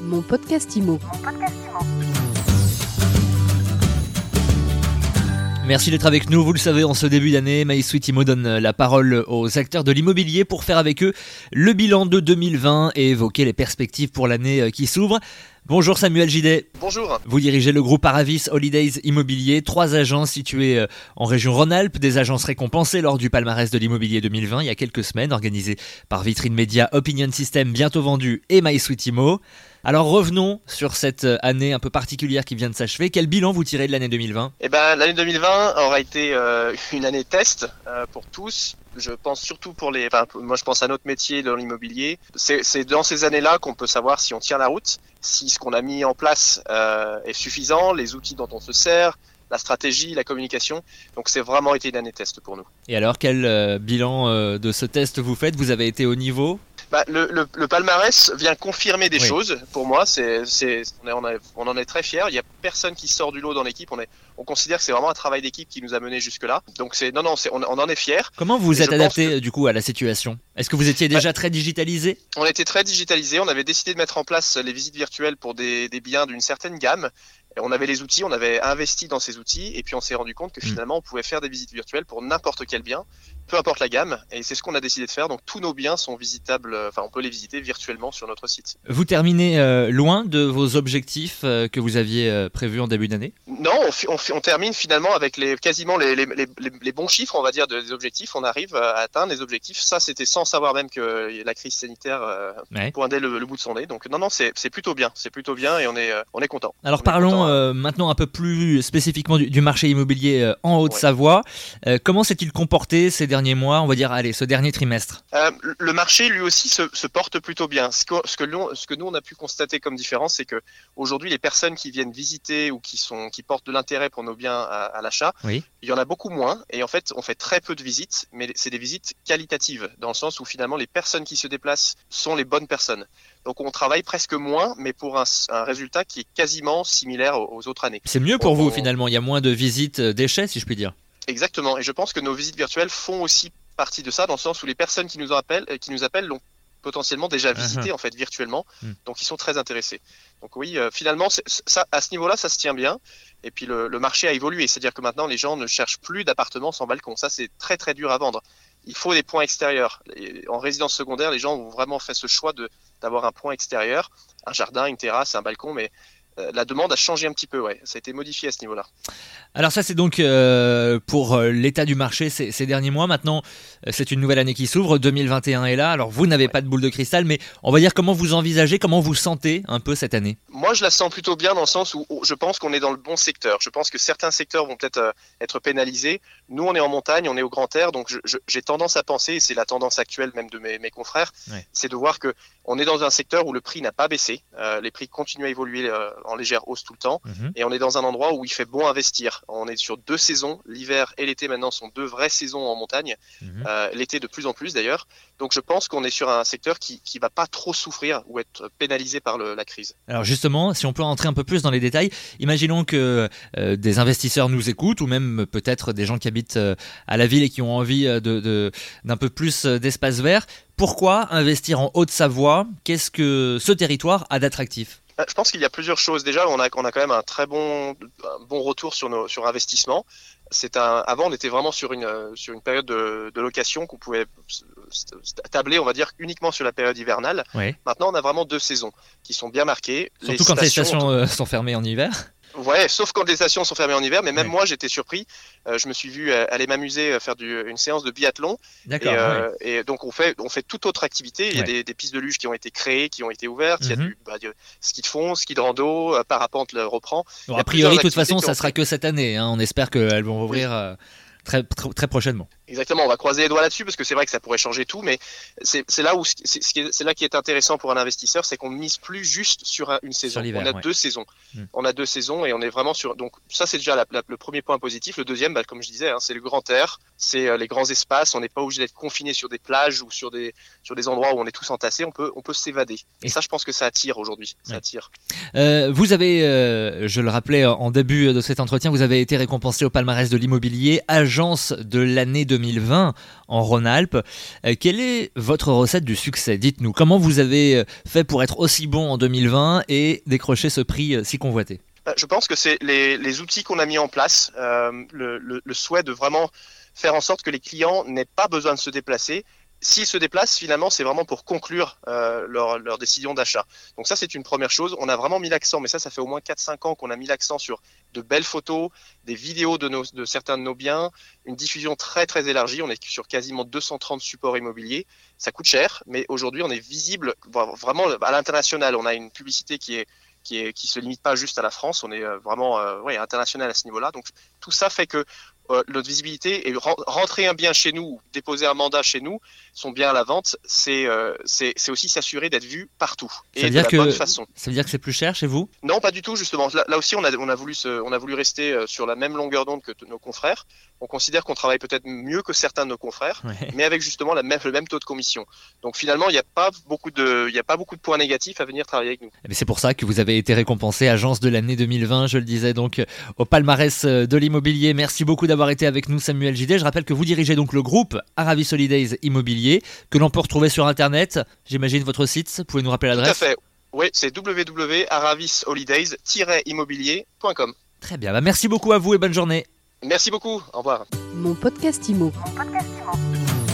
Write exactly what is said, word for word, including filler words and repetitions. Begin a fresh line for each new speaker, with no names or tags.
Mon podcast Imo.
Merci d'être avec nous. Vous le savez, en ce début d'année, MySuite Imo donne la parole aux acteurs de l'immobilier pour faire avec eux le bilan de deux mille vingt et évoquer les perspectives pour l'année qui s'ouvre. Bonjour Samuel Gidet.
Bonjour.
Vous dirigez le groupe Aravis Holidays Immobilier, trois agences situées en région Rhône-Alpes, des agences récompensées lors du palmarès de l'immobilier deux mille vingt il y a quelques semaines, organisé par Vitrine Média, Opinion System, bientôt vendu, et MySuite Imo. Alors revenons sur cette année un peu particulière qui vient de s'achever. Quel bilan vous tirez de l'année deux mille vingt ?
Eh ben, l'année deux mille vingt aura été euh, une année test euh, pour tous. Je pense surtout pour les, enfin, moi je pense à notre métier dans l'immobilier. C'est, c'est dans ces années-là qu'on peut savoir si on tient la route, si ce qu'on a mis en place euh, est suffisant, les outils dont on se sert, la stratégie, la communication. Donc c'est vraiment été une année test pour nous.
Et alors quel euh, bilan euh, de ce test vous faites ? Vous avez été au niveau ?
Bah, le, le, le palmarès vient confirmer des
oui.
choses. Pour moi, c'est, c'est, on, est, on, est, on en est très fiers. Il n'y a personne qui sort du lot dans l'équipe. On, est, on considère que c'est vraiment un travail d'équipe qui nous a menés jusque-là. Donc c'est, non, non, c'est, on, on en est fiers.
Comment vous vous êtes adapté
que...
du coup à la situation ? Est-ce que vous étiez déjà bah, très digitalisé ?
On était très digitalisé. On avait décidé de mettre en place les visites virtuelles pour des, des biens d'une certaine gamme. On avait les outils, on avait investi dans ces outils et puis on s'est rendu compte que finalement on pouvait faire des visites virtuelles pour n'importe quel bien, peu importe la gamme, et c'est ce qu'on a décidé de faire. Donc tous nos biens sont visitables, enfin on peut les visiter virtuellement sur notre site.
Vous terminez euh, loin de vos objectifs euh, que vous aviez euh, prévus en début d'année ?
Non, on, on, on termine finalement avec les, quasiment les, les, les, les bons chiffres, on va dire, des objectifs. On arrive à atteindre les objectifs. Ça, c'était sans savoir même que la crise sanitaire euh, ouais. pointait le, le bout de son nez. Donc non, non, c'est, c'est plutôt bien, c'est plutôt bien et on est, on est content.
Alors
on
parlons content, euh, maintenant un peu plus spécifiquement du, du marché immobilier euh, en Haute-Savoie. Ouais. Euh, comment s'est-il comporté ces derniers mois, on va dire, allez, ce dernier trimestre ?
euh, Le marché, lui aussi, se, se porte plutôt bien. Ce que, ce, que nous, ce que nous, on a pu constater comme différence, c'est que aujourd'hui, les personnes qui viennent visiter ou qui, sont, qui portent de l'intérêt pour nos biens à, à l'achat,
oui.
il y en a beaucoup moins. Et en fait, on fait très peu de visites, mais c'est des visites qualitatives, dans le sens où finalement, les personnes qui se déplacent sont les bonnes personnes. Donc on travaille presque moins, mais pour un, un résultat qui est quasiment similaire aux, aux autres années.
C'est mieux pour
on,
vous
on...
finalement, il y a moins de visites déchets si je puis dire.
Exactement, et je pense que nos visites virtuelles font aussi partie de ça, dans le sens où les personnes qui nous appellent, qui nous appellent l'ont potentiellement déjà visité uh-huh. en fait virtuellement, mm. donc ils sont très intéressés. Donc oui, euh, finalement, c'est, ça, à ce niveau-là, ça se tient bien. Et puis le, le marché a évolué, c'est-à-dire que maintenant les gens ne cherchent plus d'appartements sans balcon. Ça, c'est très très dur à vendre. Il faut des points extérieurs. Et en résidence secondaire, les gens ont vraiment fait ce choix de d'avoir un point extérieur, un jardin, une terrasse, un balcon, mais euh, la demande a changé un petit peu, ouais. Ça a été modifié à ce niveau-là.
Alors ça, c'est donc euh, pour euh, l'état du marché ces, ces derniers mois. Maintenant, euh, c'est une nouvelle année qui s'ouvre, deux mille vingt et un est là. Alors vous n'avez ouais. pas de boule de cristal, mais on va dire comment vous envisagez, comment vous sentez un peu cette année ?
Moi, je la sens plutôt bien dans le sens où, où je pense qu'on est dans le bon secteur. Je pense que certains secteurs vont peut-être euh, être pénalisés. Nous, on est en montagne, on est au grand air, donc je, je, j'ai tendance à penser, et c'est la tendance actuelle même de mes, mes confrères, ouais. c'est de voir que on est dans un secteur où le prix n'a pas baissé. Euh, les prix continuent à évoluer euh, en légère hausse tout le temps, mmh. et on est dans un endroit où il fait bon investir. On est sur deux saisons, l'hiver et l'été maintenant sont deux vraies saisons en montagne, mmh. euh, l'été de plus en plus d'ailleurs. Donc je pense qu'on est sur un secteur qui qui va pas trop souffrir ou être pénalisé par le, la crise.
Alors justement, si on peut entrer un peu plus dans les détails, imaginons que euh, des investisseurs nous écoutent ou même peut-être des gens qui habitent euh, à la ville et qui ont envie de, de, d'un peu plus d'espace vert. Pourquoi investir en Haute-Savoie ? Qu'est-ce que ce territoire a d'attractif ?
Je pense qu'il y a plusieurs choses. Déjà, on a, on a quand même un très bon, un bon retour sur nos, sur investissement. C'est un, avant, on était vraiment sur une, sur une période de, de location qu'on pouvait tabler, on va dire, uniquement sur la période hivernale. Oui. Maintenant, on a vraiment deux saisons qui sont bien marquées.
Surtout les quand stations, les stations euh, sont fermées en hiver.
Ouais, sauf quand les stations sont fermées en hiver, mais même ouais. moi j'étais surpris. Euh, je me suis vu euh, aller m'amuser euh, faire du, une séance de biathlon.
D'accord.
Et, euh,
ouais.
et donc on fait on fait toute autre activité. Il y a ouais. des, des pistes de luge qui ont été créées, qui ont été ouvertes. Mm-hmm. Il y a du, bah, du ski de fond, ski de rando, euh, parapente le reprend.
Bon, a priori, de toute façon, ça sera que cette année. Hein. On espère qu'elles vont rouvrir. Oui. Euh... Très, très, très prochainement.
Exactement, on va croiser les doigts là-dessus parce que c'est vrai que ça pourrait changer tout, mais c'est, c'est là où c'est, c'est, c'est là qui est intéressant pour un investisseur, c'est qu'on ne mise plus juste sur un, une saison. On a ouais. deux saisons. Mmh. On a deux saisons et on est vraiment sur. Donc ça c'est déjà la, la, le premier point positif. Le deuxième, bah, comme je disais, hein, c'est le grand air, c'est euh, les grands espaces. On n'est pas obligé d'être confiné sur des plages ou sur des sur des endroits où on est tous entassés. On peut on peut s'évader. Et, et ça, je pense que ça attire aujourd'hui. Ça ouais. attire.
Euh, vous avez, euh, je le rappelais en début de cet entretien, vous avez été récompensé au palmarès de l'immobilier, agence de l'année deux deux mille vingt en Rhône-Alpes. Euh, quelle est votre recette du succès ? Dites-nous, comment vous avez fait pour être aussi bon en deux mille vingt et décrocher ce prix si convoité ?
Je pense que c'est les, les outils qu'on a mis en place, euh, le, le, le souhait de vraiment faire en sorte que les clients n'aient pas besoin de se déplacer. S'ils se déplacent, finalement, c'est vraiment pour conclure euh, leur, leur décision d'achat. Donc ça, c'est une première chose. On a vraiment mis l'accent, mais ça, ça fait au moins quatre cinq ans qu'on a mis l'accent sur de belles photos, des vidéos de, nos, de certains de nos biens, une diffusion très, très élargie. On est sur quasiment deux cent trente supports immobiliers. Ça coûte cher, mais aujourd'hui, on est visible vraiment à l'international. On a une publicité qui est qui est qui se limite pas juste à la France. On est vraiment euh, ouais, international à ce niveau-là. Donc tout ça fait que Euh, notre visibilité et rentrer un bien chez nous, déposer un mandat chez nous, son bien à la vente, c'est euh, c'est, c'est aussi s'assurer d'être vu partout et
ça veut
de
dire
la
que,
bonne façon.
Ça veut dire que c'est plus cher chez vous ?
Non, pas du tout justement. Là, là aussi, on a on a voulu se, on a voulu rester sur la même longueur d'onde que t- nos confrères. On considère qu'on travaille peut-être mieux que certains de nos confrères, ouais. mais avec justement la même, le même taux de commission. Donc finalement, il n'y a pas beaucoup de, il y a pas beaucoup de points négatifs à venir travailler avec nous.
Et c'est pour ça que vous avez été récompensé agence de l'année deux mille vingt, je le disais donc au palmarès de l'immobilier. Merci beaucoup d'avoir été avec nous, Samuel Gidé. Je rappelle que vous dirigez donc le groupe Aravis Holidays Immobilier, que l'on peut retrouver sur internet. J'imagine votre site. Vous pouvez nous rappeler l'adresse ?
Tout à fait. Oui, c'est w w w point aravis holidays tiret immobilier point com.
Très bien. Bah merci beaucoup à vous et bonne journée.
Merci beaucoup. Au revoir.
Mon podcast Immo. Mon podcast Immo.